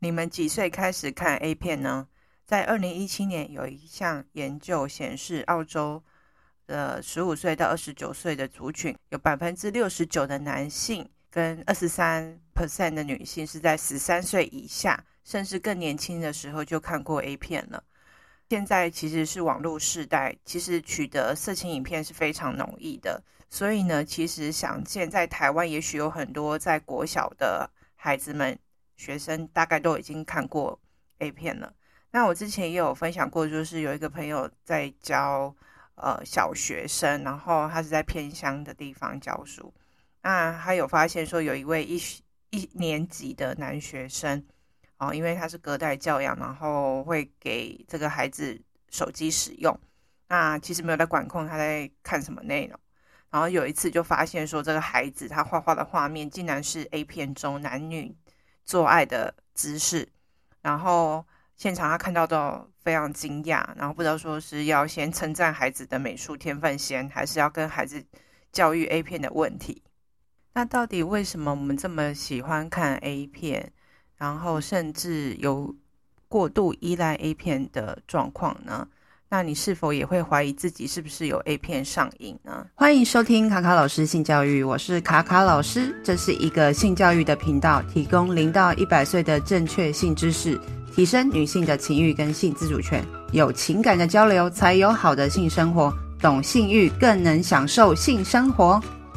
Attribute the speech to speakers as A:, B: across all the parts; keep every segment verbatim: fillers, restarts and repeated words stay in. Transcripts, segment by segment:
A: 你们几岁开始看 A 片呢？在二零一七年有一项研究显示，澳洲的十五岁到二十九岁的族群，有百分之六十九的男性跟二十三 percent 的女性是在十三岁以下，甚至更年轻的时候就看过 A 片了。现在其实是网络世代，其实取得色情影片是非常容易的，所以呢，其实想见在台湾，也许有很多在国小的孩子们、学生大概都已经看过 A 片了。那我之前也有分享过，就是有一个朋友在教呃小学生，然后他是在偏乡的地方教书，那他有发现说有一位一一年级的男学生。哦，因为他是隔代教养，然后会给这个孩子手机使用，那其实没有在管控他在看什么内容。然后有一次就发现说，这个孩子他画画的画面竟然是 A 片中男女做爱的姿势，然后现场他看到都非常惊讶，然后不知道说是要先称赞孩子的美术天分先，还是要跟孩子教育 A 片的问题。那到底为什么我们这么喜欢看 A 片？然后甚至有过度依赖 A 片的状况呢？那你是否也会怀疑自己是不是有 A 片上瘾呢？欢迎收听卡卡老师性教育，我是卡卡老师，这是一个性教育的频道，提供零到一百岁的正确性知识，提升女性的情欲跟性自主权，有情感的交流才有好的性生活，懂性欲更能享受性生活。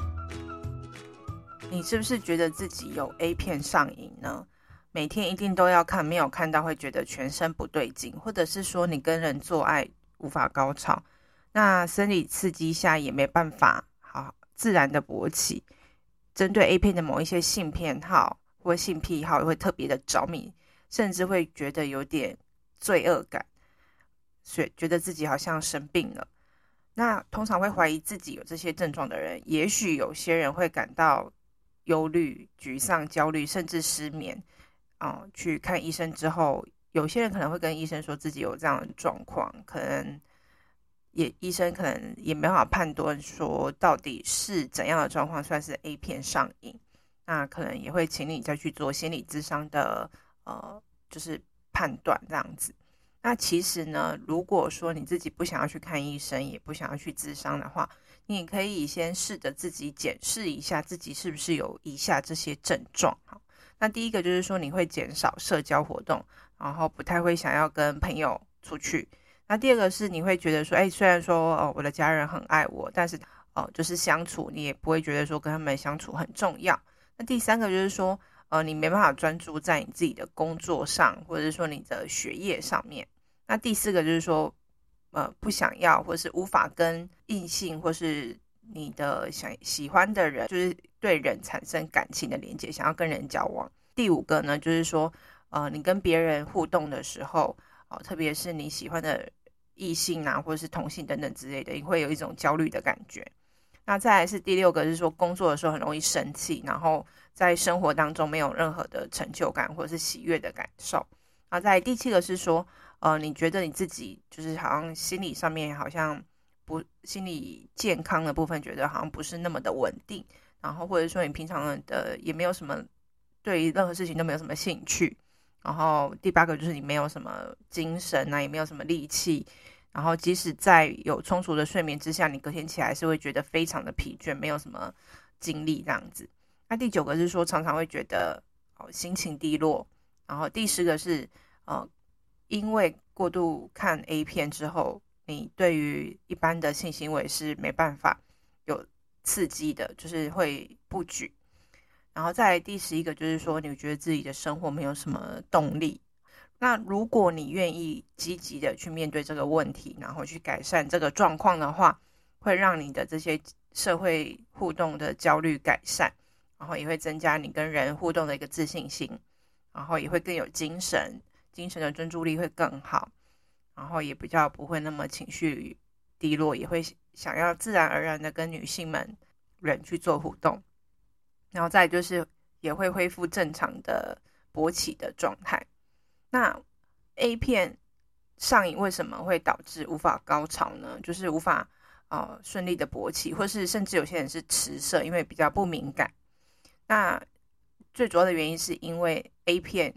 A: 你是不是觉得自己有 A 片上瘾呢？每天一定都要看，没有看到会觉得全身不对劲，或者是说你跟人做爱无法高潮，那生理刺激下也没办法好自然的勃起，针对 A 片的某一些性偏好或性癖好会特别的着迷，甚至会觉得有点罪恶感，所以觉得自己好像生病了。那通常会怀疑自己有这些症状的人，也许有些人会感到忧虑、沮丧、焦虑，甚至失眠。哦，去看医生之后，有些人可能会跟医生说自己有这样的状况，可能也医生可能也没办法判断说到底是怎样的状况算是 A 片上瘾，那可能也会请你再去做心理咨商的呃，就是判断这样子。那其实呢，如果说你自己不想要去看医生，也不想要去咨商的话，你也可以先试着自己检视一下自己是不是有以下这些症状。那第一个就是说你会减少社交活动，然后不太会想要跟朋友出去。那第二个是你会觉得说，哎，虽然说哦我的家人很爱我，但是哦就是相处你也不会觉得说跟他们相处很重要。那第三个就是说，呃你没办法专注在你自己的工作上，或者是说你的学业上面。那第四个就是说，呃不想要或是无法跟异性或是你的想喜欢的人，就是对人产生感情的连接，想要跟人交往。第五个呢，就是说，呃，你跟别人互动的时候，哦，特别是你喜欢的异性啊，或者是同性等等之类的，你会有一种焦虑的感觉。那再来是第六个，是说工作的时候很容易生气，然后在生活当中没有任何的成就感或者是喜悦的感受。然后再来第七个是说，呃，你觉得你自己就是好像心理上面好像不心理健康的部分，觉得好像不是那么的稳定，然后或者说你平常的也没有什么对于任何事情都没有什么兴趣。然后第八个就是你没有什么精神啊，也没有什么力气，然后即使在有充足的睡眠之下，你隔天起来是会觉得非常的疲倦，没有什么精力这样子。那第九个是说常常会觉得、哦、心情低落。然后第十个是呃，因为过度看 A 片之后，你对于一般的性行为是没办法有刺激的，就是会不举。然后再来第十一个就是说，你觉得自己的生活没有什么动力。那如果你愿意积极的去面对这个问题，然后去改善这个状况的话，会让你的这些社会互动的焦虑改善，然后也会增加你跟人互动的一个自信心，然后也会更有精神，精神的专注力会更好，然后也比较不会那么情绪低落，也会想要自然而然的跟女性们人去做互动。然后再来就是也会恢复正常的勃起的状态。那 A 片上瘾为什么会导致无法高潮呢？就是无法呃顺利的勃起，或是甚至有些人是迟射，因为比较不敏感。那最主要的原因是因为 A 片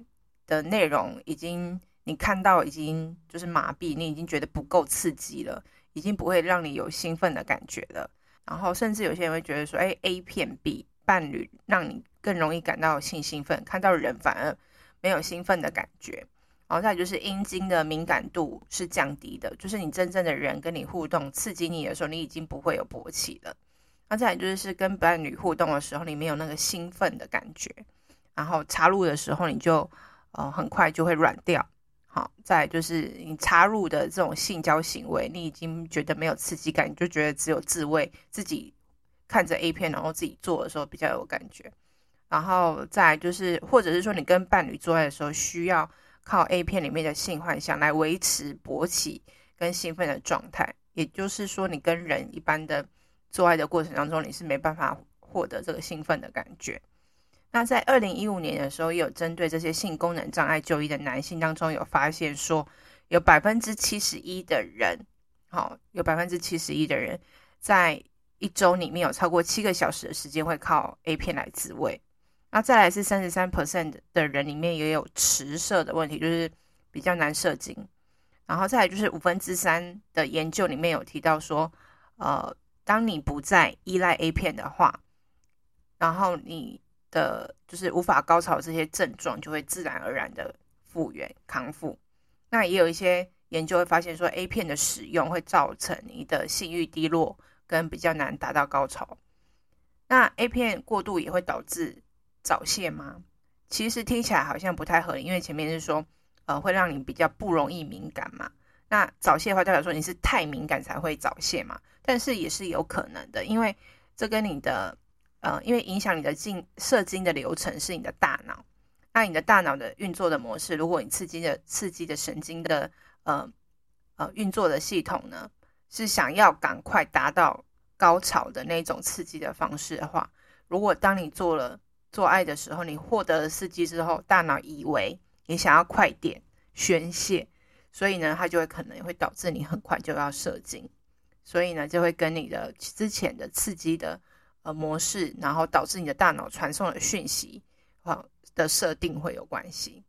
A: 的内容已经你看到已经就是麻痹，你已经觉得不够刺激了，已经不会让你有兴奋的感觉了。然后甚至有些人会觉得说，哎 A 片比伴侣让你更容易感到性兴奋，看到人反而没有兴奋的感觉。然后再来就是阴茎的敏感度是降低的，就是你真正的人跟你互动刺激你的时候，你已经不会有勃起了。那再来就是跟伴侣互动的时候，你没有那个兴奋的感觉，然后插入的时候你就呃很快就会软掉。好，再来就是你插入的这种性交行为，你已经觉得没有刺激感，你就觉得只有自慰，自己看着 A 片然后自己做的时候比较有感觉。然后再来就是或者是说你跟伴侣做爱的时候需要靠 A 片里面的性幻想来维持勃起跟兴奋的状态，也就是说你跟人一般的做爱的过程当中，你是没办法获得这个兴奋的感觉。那在二零一五年的时候，也有针对这些性功能障碍就医的男性当中，有发现说有 百分之七十一 的人，好，有 百分之七十一 的人在一周里面有超过七个小时的时间会靠 A 片来自慰。那再来是 百分之三十三 的人里面也有迟射的问题，就是比较难射精。然后再来就是五分之三的研究里面有提到说，呃，当你不再依赖 A 片的话，然后你的就是无法高潮这些症状就会自然而然的复原康复。那也有一些研究会发现说 A 片的使用会造成你的性欲低落跟比较难达到高潮。那 A 片过度也会导致早泄吗？其实听起来好像不太合理，因为前面是说呃会让你比较不容易敏感嘛。那早泄的话代表说你是太敏感才会早泄嘛，但是也是有可能的，因为这跟你的呃因为影响你的精射精的流程是你的大脑。那你的大脑的运作的模式，如果你刺激的刺激的神经的呃呃运作的系统呢，是想要赶快达到高潮的那种刺激的方式的话，如果当你做了做爱的时候，你获得了刺激之后，大脑以为你想要快点宣泄，所以呢，它就会可能会导致你很快就要射精，所以呢，就会跟你的之前的刺激的呃模式，然后导致你的大脑传送的讯息啊的设定会有关系。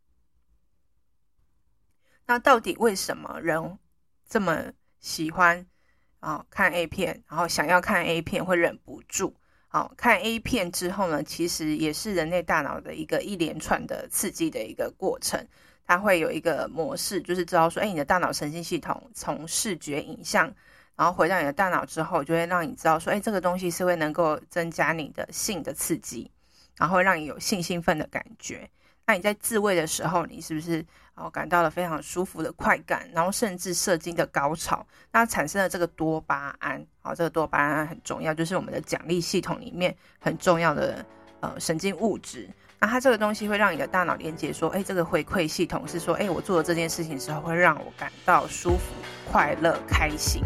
A: 那到底为什么人这么喜欢啊看 A 片，然后想要看 A 片会忍不住？好，看 A 片之后呢，其实也是人类大脑的一个一连串的刺激的一个过程。它会有一个模式，就是知道说，哎，你的大脑神经系统从视觉影像，然后回到你的大脑之后，就会让你知道说，哎，这个东西是会能够增加你的性的刺激，然后会让你有性兴奋的感觉。那你在自慰的时候，你是不是哦感到了非常舒服的快感，然后甚至射精的高潮？那产生了这个多巴胺，好，这个多巴胺很重要，就是我们的奖励系统里面很重要的呃神经物质。那它这个东西会让你的大脑连接说，哎，这个回馈系统是说，哎，我做了这件事情之后会让我感到舒服、快乐、开心。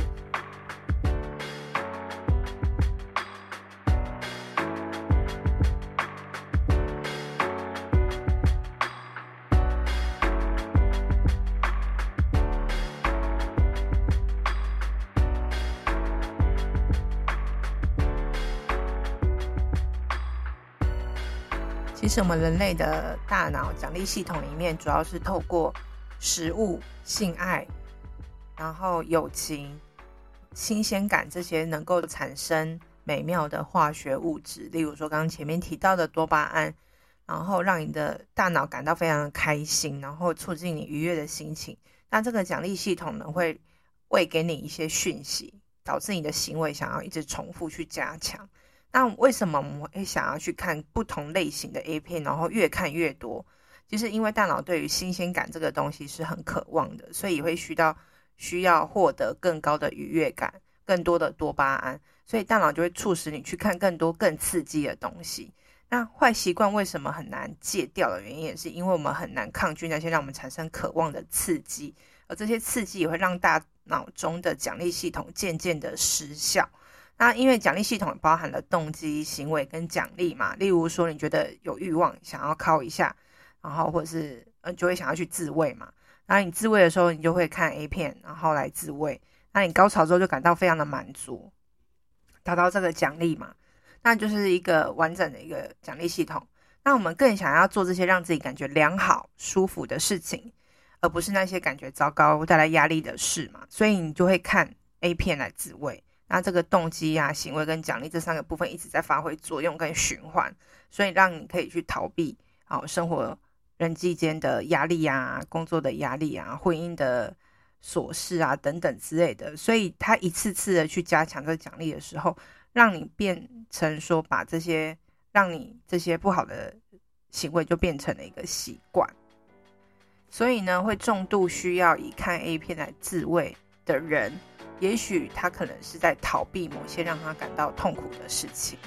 A: 其实我们人类的大脑奖励系统里面，主要是透过食物、性爱，然后友情、新鲜感这些能够产生美妙的化学物质，例如说刚刚前面提到的多巴胺，然后让你的大脑感到非常的开心，然后促进你愉悦的心情。那这个奖励系统呢，会喂给你一些讯息，导致你的行为想要一直重复去加强。那为什么我们会想要去看不同类型的 A 片，然后越看越多？就是因为大脑对于新鲜感这个东西是很渴望的，所以也会需要需要获得更高的愉悦感，更多的多巴胺，所以大脑就会促使你去看更多更刺激的东西。那坏习惯为什么很难戒掉的原因，也是因为我们很难抗拒那些让我们产生渴望的刺激，而这些刺激也会让大脑中的奖励系统渐渐的失效。那因为奖励系统包含了动机、行为跟奖励嘛，例如说你觉得有欲望想要靠一下，然后或者是呃就会想要去自慰嘛，然后你自慰的时候你就会看 A 片，然后来自慰，那你高潮之后就感到非常的满足，达到这个奖励嘛，那就是一个完整的一个奖励系统。 那我们更想要做这些让自己感觉良好舒服的事情，而不是那些感觉糟糕带来压力的事嘛，所以你就会看 A 片来自慰。那这个动机啊、行为跟奖励这三个部分一直在发挥作用跟循环，所以让你可以去逃避、哦、生活人际间的压力啊、工作的压力啊、婚姻的琐事啊等等之类的。所以他一次次的去加强这个奖励的时候，让你变成说把这些让你这些不好的行为就变成了一个习惯。所以呢，会重度需要以看 A 片来自慰的人，也许他可能是在逃避某些让他感到痛苦的事情。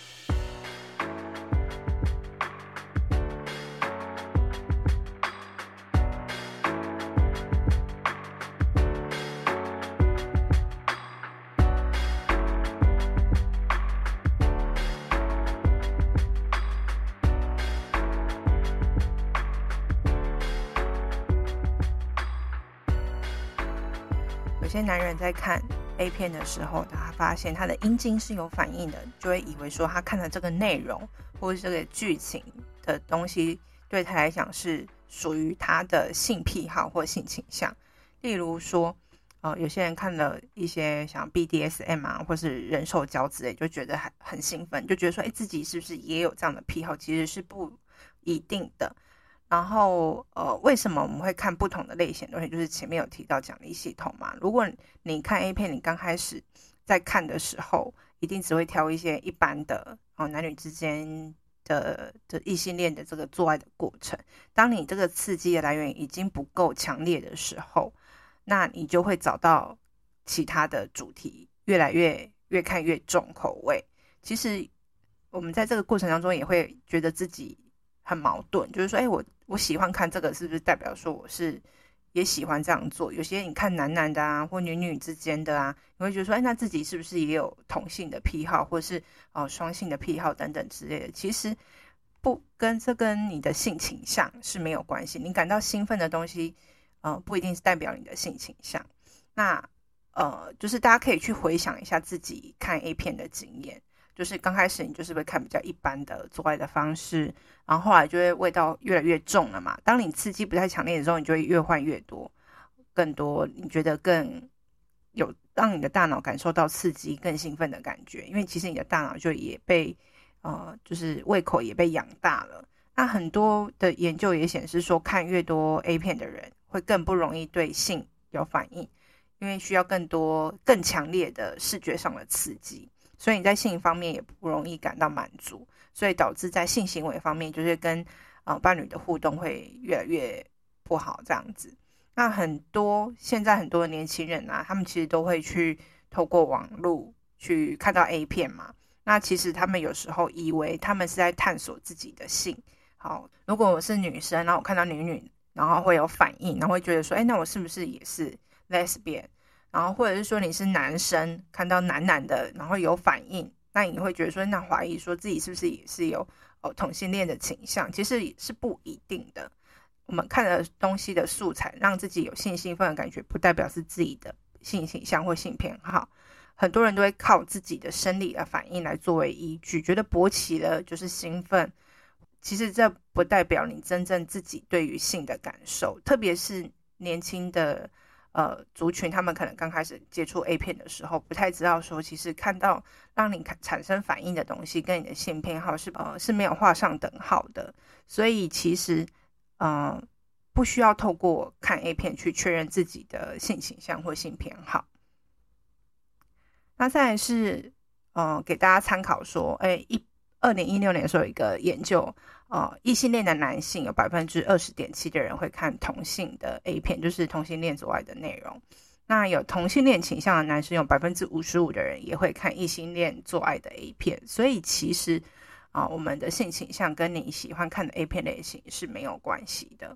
A: 有些男人在看 A 片的时候，他发现他的阴茎是有反应的，就会以为说他看的这个内容或是这个剧情的东西对他来讲是属于他的性癖好或性倾向。例如说呃，有些人看了一些像 B D S M 啊或是人兽交之类，就觉得很很兴奋，就觉得说诶自己是不是也有这样的癖好，其实是不一定的。然后呃，为什么我们会看不同的类型的东西，就是前面有提到奖励系统嘛。如果你看 A 片，你刚开始在看的时候一定只会挑一些一般的、哦、男女之间的的异性恋的这个做爱的过程。当你这个刺激的来源已经不够强烈的时候，那你就会找到其他的主题，越来越越看越重口味。其实我们在这个过程当中也会觉得自己很矛盾，就是说诶我我喜欢看这个，是不是代表说我是也喜欢这样做？有些你看男男的啊或女女之间的啊，你会觉得说诶那自己是不是也有同性的癖好或是呃双性的癖好等等之类的。其实不跟这跟你的性倾向是没有关系，你感到兴奋的东西呃不一定是代表你的性倾向。那呃就是大家可以去回想一下自己看 A 片的经验，就是刚开始你就是会看比较一般的做爱的方式，然后后来就会味道越来越重了嘛。当你刺激不太强烈的时候，你就会越换越多，更多你觉得更有让你的大脑感受到刺激更兴奋的感觉，因为其实你的大脑就也被呃就是胃口也被养大了。那很多的研究也显示说，看越多 A 片的人会更不容易对性有反应，因为需要更多更强烈的视觉上的刺激，所以你在性方面也不容易感到满足，所以导致在性行为方面就是跟呃伴侣的互动会越来越不好这样子。那很多现在很多的年轻人啊，他们其实都会去透过网络去看到 A 片嘛，那其实他们有时候以为他们是在探索自己的性。好，如果我是女生，然后我看到女女然后会有反应，然后会觉得说诶那我是不是也是 lesbian，然后或者是说你是男生看到男男的然后有反应，那你会觉得说那怀疑说自己是不是也是有、哦、同性恋的倾向，其实是不一定的。我们看的东西的素材让自己有性兴奋的感觉，不代表是自己的性倾向或性偏好。很多人都会靠自己的生理的反应来作为依据，觉得勃起了就是兴奋，其实这不代表你真正自己对于性的感受。特别是年轻的呃族群，他们可能刚开始接触 A 片的时候不太知道说，其实看到让你产生反应的东西跟你的性偏好是呃是没有画上等号的。所以其实呃不需要透过看 A 片去确认自己的性倾向或性偏好。那再来是呃给大家参考说，诶一二零一六年的时候有一个研究，呃，异性恋的男性有 百分之二十点七 的人会看同性的 A 片，就是同性恋做爱的内容。那有同性恋倾向的男生有 百分之五十五 的人也会看异性恋做爱的 A 片。所以其实啊、呃，我们的性倾向跟你喜欢看的 A 片类型是没有关系的。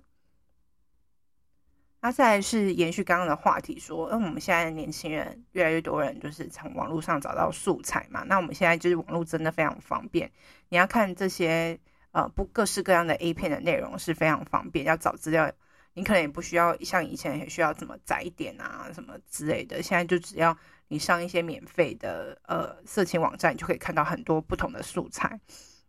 A: 那再来是延续刚刚的话题说，嗯，我们现在的年轻人越来越多人就是从网络上找到素材嘛，那我们现在就是网络真的非常方便，你要看这些呃不各式各样的 A 片的内容是非常方便，要找资料你可能也不需要像以前也需要怎么载点啊什么之类的，现在就只要你上一些免费的呃色情网站，你就可以看到很多不同的素材。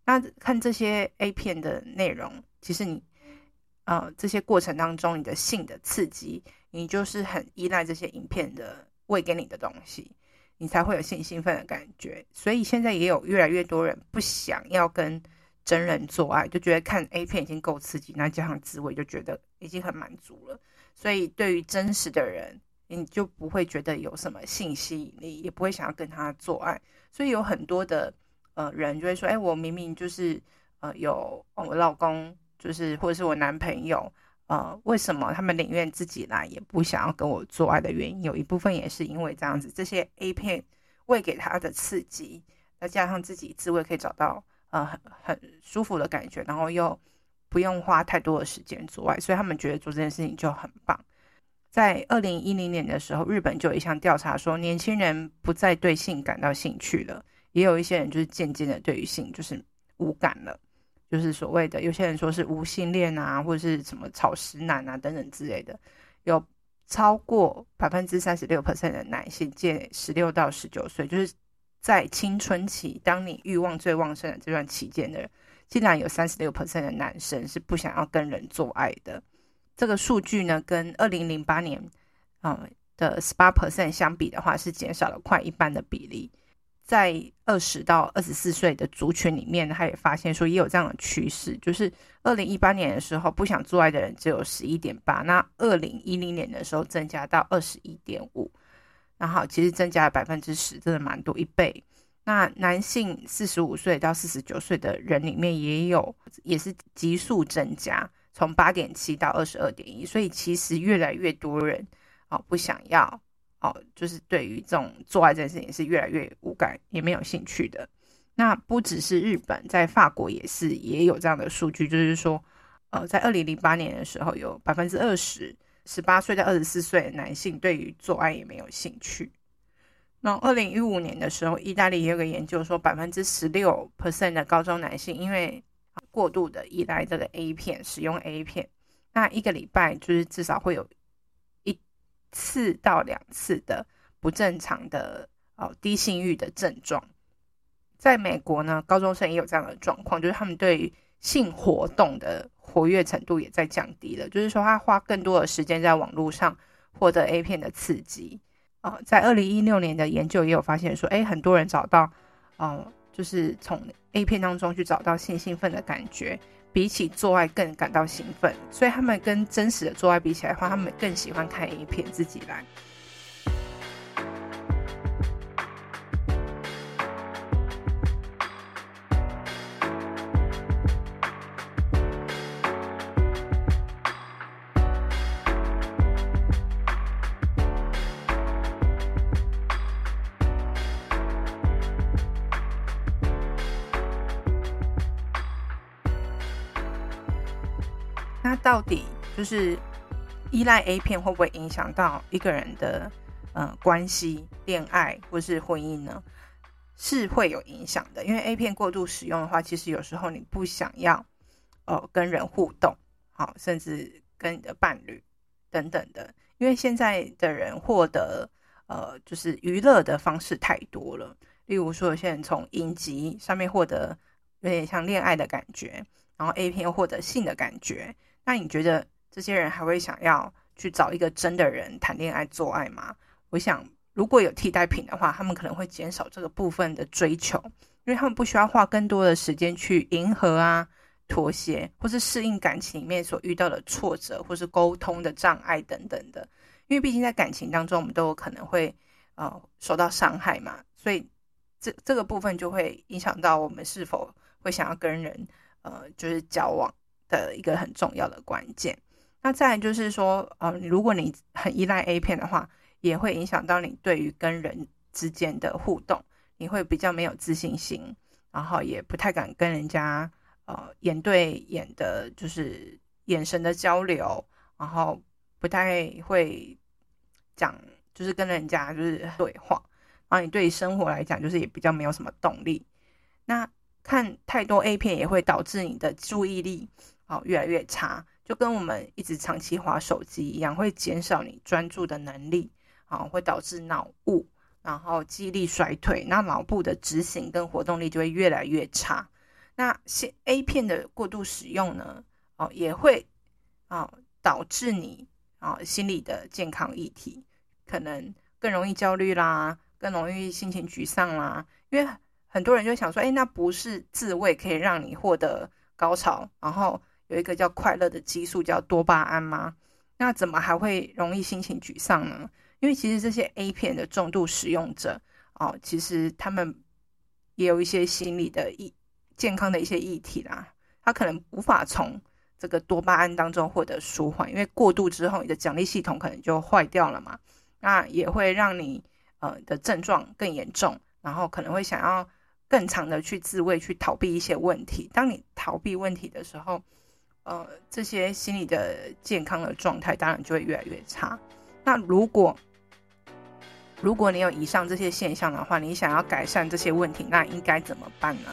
A: 那看这些 A 片的内容，其实你呃这些过程当中，你的性的刺激，你就是很依赖这些影片的喂给你的东西，你才会有性兴奋的感觉。所以现在也有越来越多人不想要跟真人做爱，就觉得看 A 片已经够刺激，那加上滋味就觉得已经很满足了。所以对于真实的人，你就不会觉得有什么性吸引力，也不会想要跟他做爱。所以有很多的呃人就会说，哎，我明明就是呃有、哦、我老公就是或者是我男朋友，呃为什么他们宁愿自己来也不想要跟我做爱的原因，有一部分也是因为这样子，这些 A 片喂给他的刺激，再加上自己自慰可以找到呃很很舒服的感觉，然后又不用花太多的时间做爱，所以他们觉得做这件事情就很棒。在二零一零年的时候，日本就有一项调查说，年轻人不再对性感到兴趣了，也有一些人就是渐渐的对于性就是无感了，就是所谓的有些人说是无性恋啊，或者是什么草食男啊等等之类的，有超过百分之三十六 percent 的男性介十六到十九岁，就是在青春期，当你欲望最旺盛的这段期间的人，竟然有 三十六 percent 的男生是不想要跟人做爱的。这个数据呢，跟二零零八年、呃、的 百分之十八 相比的话，是减少了快一半的比例。在二十到二十四岁的族群里面，他也发现说也有这样的趋势，就是二零一八年的时候不想做爱的人只有 十一点八， 那二零一零年的时候增加到 二十一点五， 然后其实增加了 百分之十， 真的蛮多，一倍。那男性四十五岁到四十九岁的人里面也有，也是急速增加，从 八点七 到 二十二点一， 所以其实越来越多人、哦、不想要、哦、就是对于这种做爱这件事情是越来越无感，也没有兴趣的。那不只是日本，在法国也是也有这样的数据，就是说呃，在二零零八年的时候有 百分之二十 十八岁到二十四岁的男性对于做爱也没有兴趣。那二零一五年的时候，意大利也有个研究说 百分之十六 的高中男性因为过度的依赖这个 A 片，使用 A 片，那一个礼拜就是至少会有一次到两次的不正常的、哦、低性欲的症状。在美国呢，高中生也有这样的状况，就是他们对于性活动的活跃程度也在降低了，就是说他花更多的时间在网络上获得 A 片的刺激。呃、在二零一六年的研究也有发现说，哎，很多人找到呃就是从 A 片当中去找到性兴奋的感觉，比起做爱更感到兴奋，所以他们跟真实的做爱比起来的话，他们更喜欢看 A 片自己来。那到底就是依赖 A 片会不会影响到一个人的、呃、关系、恋爱或是婚姻呢？是会有影响的，因为 A 片过度使用的话，其实有时候你不想要、呃、跟人互动，好，甚至跟你的伴侣等等的，因为现在的人获得呃就是娱乐的方式太多了，例如说有些人从影集上面获得有点像恋爱的感觉，然后 A 片又获得性的感觉。那你觉得这些人还会想要去找一个真的人谈恋爱做爱吗？我想如果有替代品的话，他们可能会减少这个部分的追求，因为他们不需要花更多的时间去迎合啊、妥协，或是适应感情里面所遇到的挫折，或是沟通的障碍等等的。因为毕竟在感情当中，我们都有可能会呃受到伤害嘛，所以这这个部分就会影响到我们是否会想要跟人呃就是交往的一个很重要的关键。那再来就是说呃，如果你很依赖 A 片的话，也会影响到你对于跟人之间的互动，你会比较没有自信心，然后也不太敢跟人家呃眼对眼的就是眼神的交流，然后不太会讲就是跟人家就是对话，然后你对于生活来讲就是也比较没有什么动力。那看太多 A 片也会导致你的注意力、哦、越来越差，就跟我们一直长期滑手机一样，会减少你专注的能力、哦、会导致脑雾，然后记忆力衰退，那脑部的执行跟活动力就会越来越差。 那 A 片的过度使用呢，哦，也会哦导致你哦心理的健康议题，可能更容易焦虑啦，更容易心情沮丧啦。因为很多人就想说，哎，那不是自慰可以让你获得高潮，然后有一个叫快乐的激素叫多巴胺吗？那怎么还会容易心情沮丧呢？因为其实这些 A 片的重度使用者哦，其实他们也有一些心理的议健康的一些议题啦，他可能无法从这个多巴胺当中获得舒缓，因为过度之后你的奖励系统可能就坏掉了嘛，那也会让你呃的症状更严重，然后可能会想要更长的去自慰，去逃避一些问题。当你逃避问题的时候，呃，这些心理的健康的状态当然就会越来越差。那如果如果你有以上这些现象的话，你想要改善这些问题，那应该怎么办呢？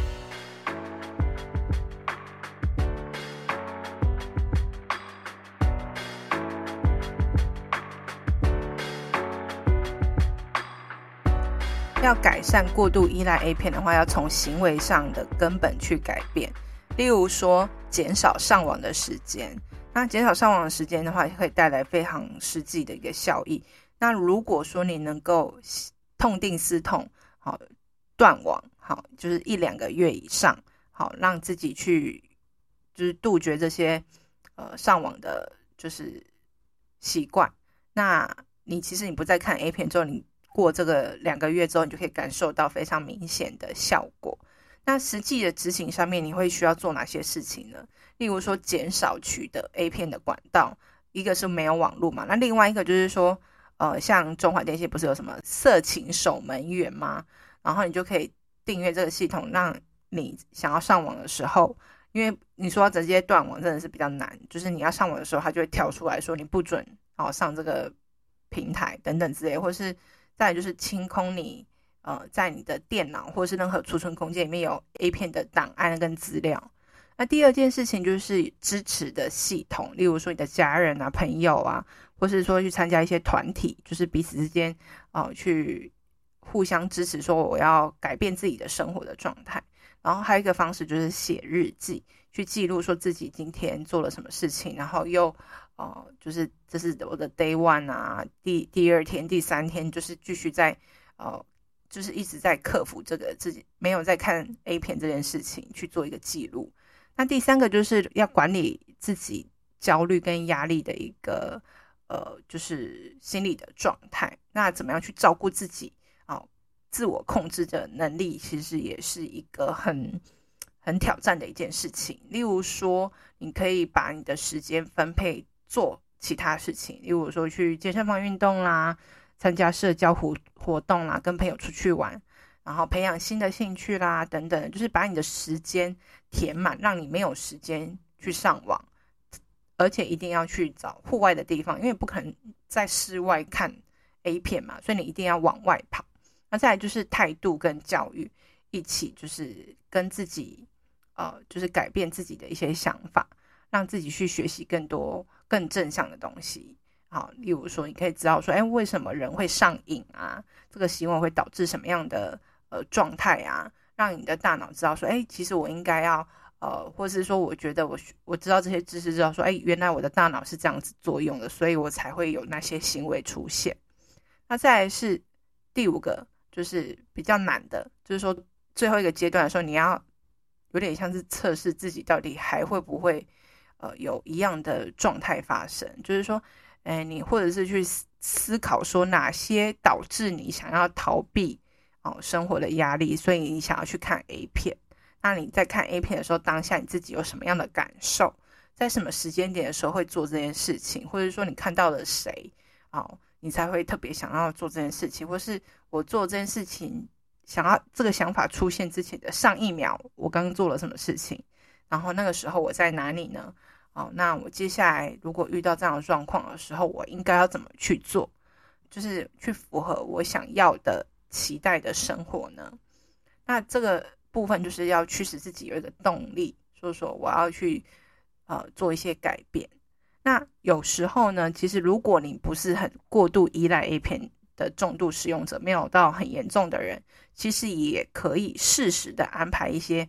A: 要改善过度依赖 A 片的话，要从行为上的根本去改变。例如说，减少上网的时间。那减少上网的时间的话，可以带来非常实际的一个效益。那如果说你能够痛定思痛，好断网，好就是一两个月以上，好让自己去就是杜绝这些呃上网的就是习惯。那你其实你不再看 A 片之后，你过这个两个月之后，你就可以感受到非常明显的效果。那实际的执行上面，你会需要做哪些事情呢？例如说，减少取得 A 片的管道，一个是没有网络嘛，那另外一个就是说，呃，像中华电信不是有什么色情守门员吗？然后你就可以订阅这个系统，让你想要上网的时候，因为你说要直接断网真的是比较难，就是你要上网的时候，它就会跳出来说你不准哦上这个平台等等之类，或是再来就是清空你呃在你的电脑或是任何储存空间里面有 A 片的档案跟资料。那第二件事情就是支持的系统，例如说你的家人啊、朋友啊，或是说去参加一些团体，就是彼此之间呃去互相支持，说我要改变自己的生活的状态。然后还有一个方式就是写日记，去记录说自己今天做了什么事情，然后又呃就是这是我的 day one 啊，第第二天、第三天，就是继续在呃就是一直在克服这个自己没有在看 A 片这件事情，去做一个记录。那第三个就是要管理自己焦虑跟压力的一个呃，就是心理的状态。那怎么样去照顾自己啊、哦？自我控制的能力其实也是一个很很挑战的一件事情。例如说，你可以把你的时间分配做其他事情，例如说去健身房运动啦，参加社交活活动啦，跟朋友出去玩。然后培养新的兴趣啦，等等，就是把你的时间填满，让你没有时间去上网，而且一定要去找户外的地方，因为不可能在室外看 A 片嘛，所以你一定要往外跑。那再来就是态度跟教育一起，就是跟自己呃，就是改变自己的一些想法，让自己去学习更多更正向的东西。好，例如说，你可以知道说，哎，为什么人会上瘾啊？这个行为会导致什么样的呃状态啊？让你的大脑知道说，哎，其实我应该要呃，或是说，我觉得我我知道这些知识，知道说，哎，原来我的大脑是这样子作用的，所以我才会有那些行为出现。那再来是第五个，就是比较难的，就是说最后一个阶段的时候，你要有点像是测试自己到底还会不会呃有一样的状态发生，就是说。哎，你或者是去思考说哪些导致你想要逃避哦生活的压力，所以你想要去看 A 片。那你在看 A 片的时候，当下你自己有什么样的感受？在什么时间点的时候会做这件事情？或者说你看到了谁哦，你才会特别想要做这件事情？或是我做这件事情想要这个想法出现之前的上一秒，我刚刚做了什么事情？然后那个时候我在哪里呢？哦，那我接下来如果遇到这样的状况的时候，我应该要怎么去做？就是去符合我想要的期待的生活呢？那这个部分就是要驱使自己有一个动力，所以说我要去呃做一些改变。那有时候呢，其实如果你不是很过度依赖 A 片的重度使用者，没有到很严重的人，其实也可以适时的安排一些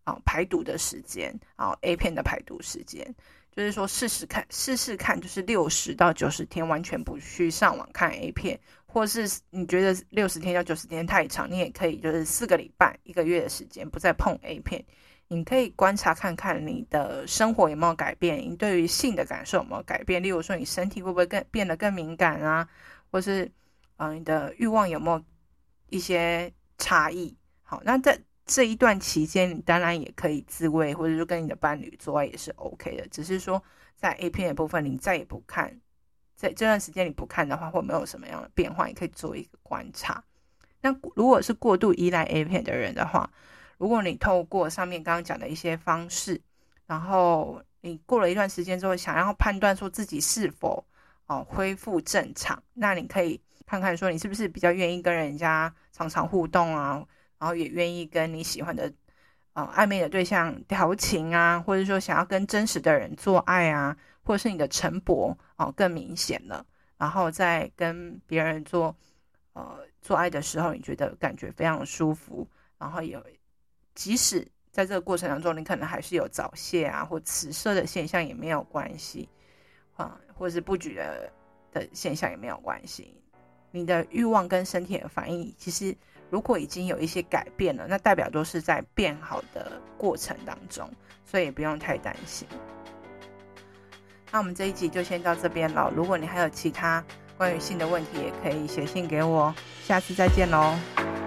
A: 啊排毒的时间啊 A 片的排毒时间，就是说试试看试试看，就是六十到九十天完全不去上网看 A 片，或是你觉得六十天到九十天太长，你也可以就是四个礼拜一个月的时间不再碰 A 片。你可以观察看看你的生活有没有改变，你对于性的感受有没有改变，例如说你身体会不会更变得更敏感啊，或是、呃、你的欲望有没有一些差异。好，那在这一段期间你当然也可以自慰，或者说跟你的伴侣做爱也是 OK 的，只是说在 A 片的部分你再也不看，在这段时间你不看的话会没有什么样的变化，你可以做一个观察。那如果是过度依赖 A 片的人的话，如果你透过上面刚刚讲的一些方式，然后你过了一段时间之后想要判断说自己是否、哦、恢复正常，那你可以看看说你是不是比较愿意跟人家常常互动啊，然后也愿意跟你喜欢的、呃、暧昧的对象调情啊，或者说想要跟真实的人做爱啊，或者是你的晨勃、哦、更明显了，然后在跟别人做、呃、做爱的时候你觉得感觉非常舒服，然后有即使在这个过程当中你可能还是有早泄啊或迟射的现象也没有关系、啊、或是不举的的现象也没有关系，你的欲望跟身体的反应其实如果已经有一些改变了，那代表都是在变好的过程当中，所以也不用太担心。那我们这一集就先到这边了，如果你还有其他关于性的问题也可以写信给我，下次再见咯。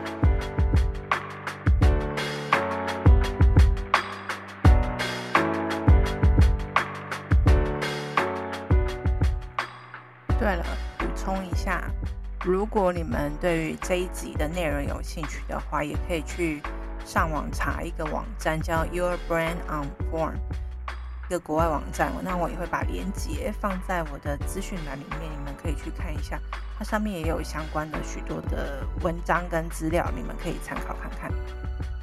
A: 对了，补充一下，如果你们对于这一集的内容有兴趣的话，也可以去上网查一个网站叫 Your Brain on Porn， 一个国外网站，那我也会把连结放在我的资讯栏里面，你们可以去看一下，它上面也有相关的许多的文章跟资料，你们可以参考看看。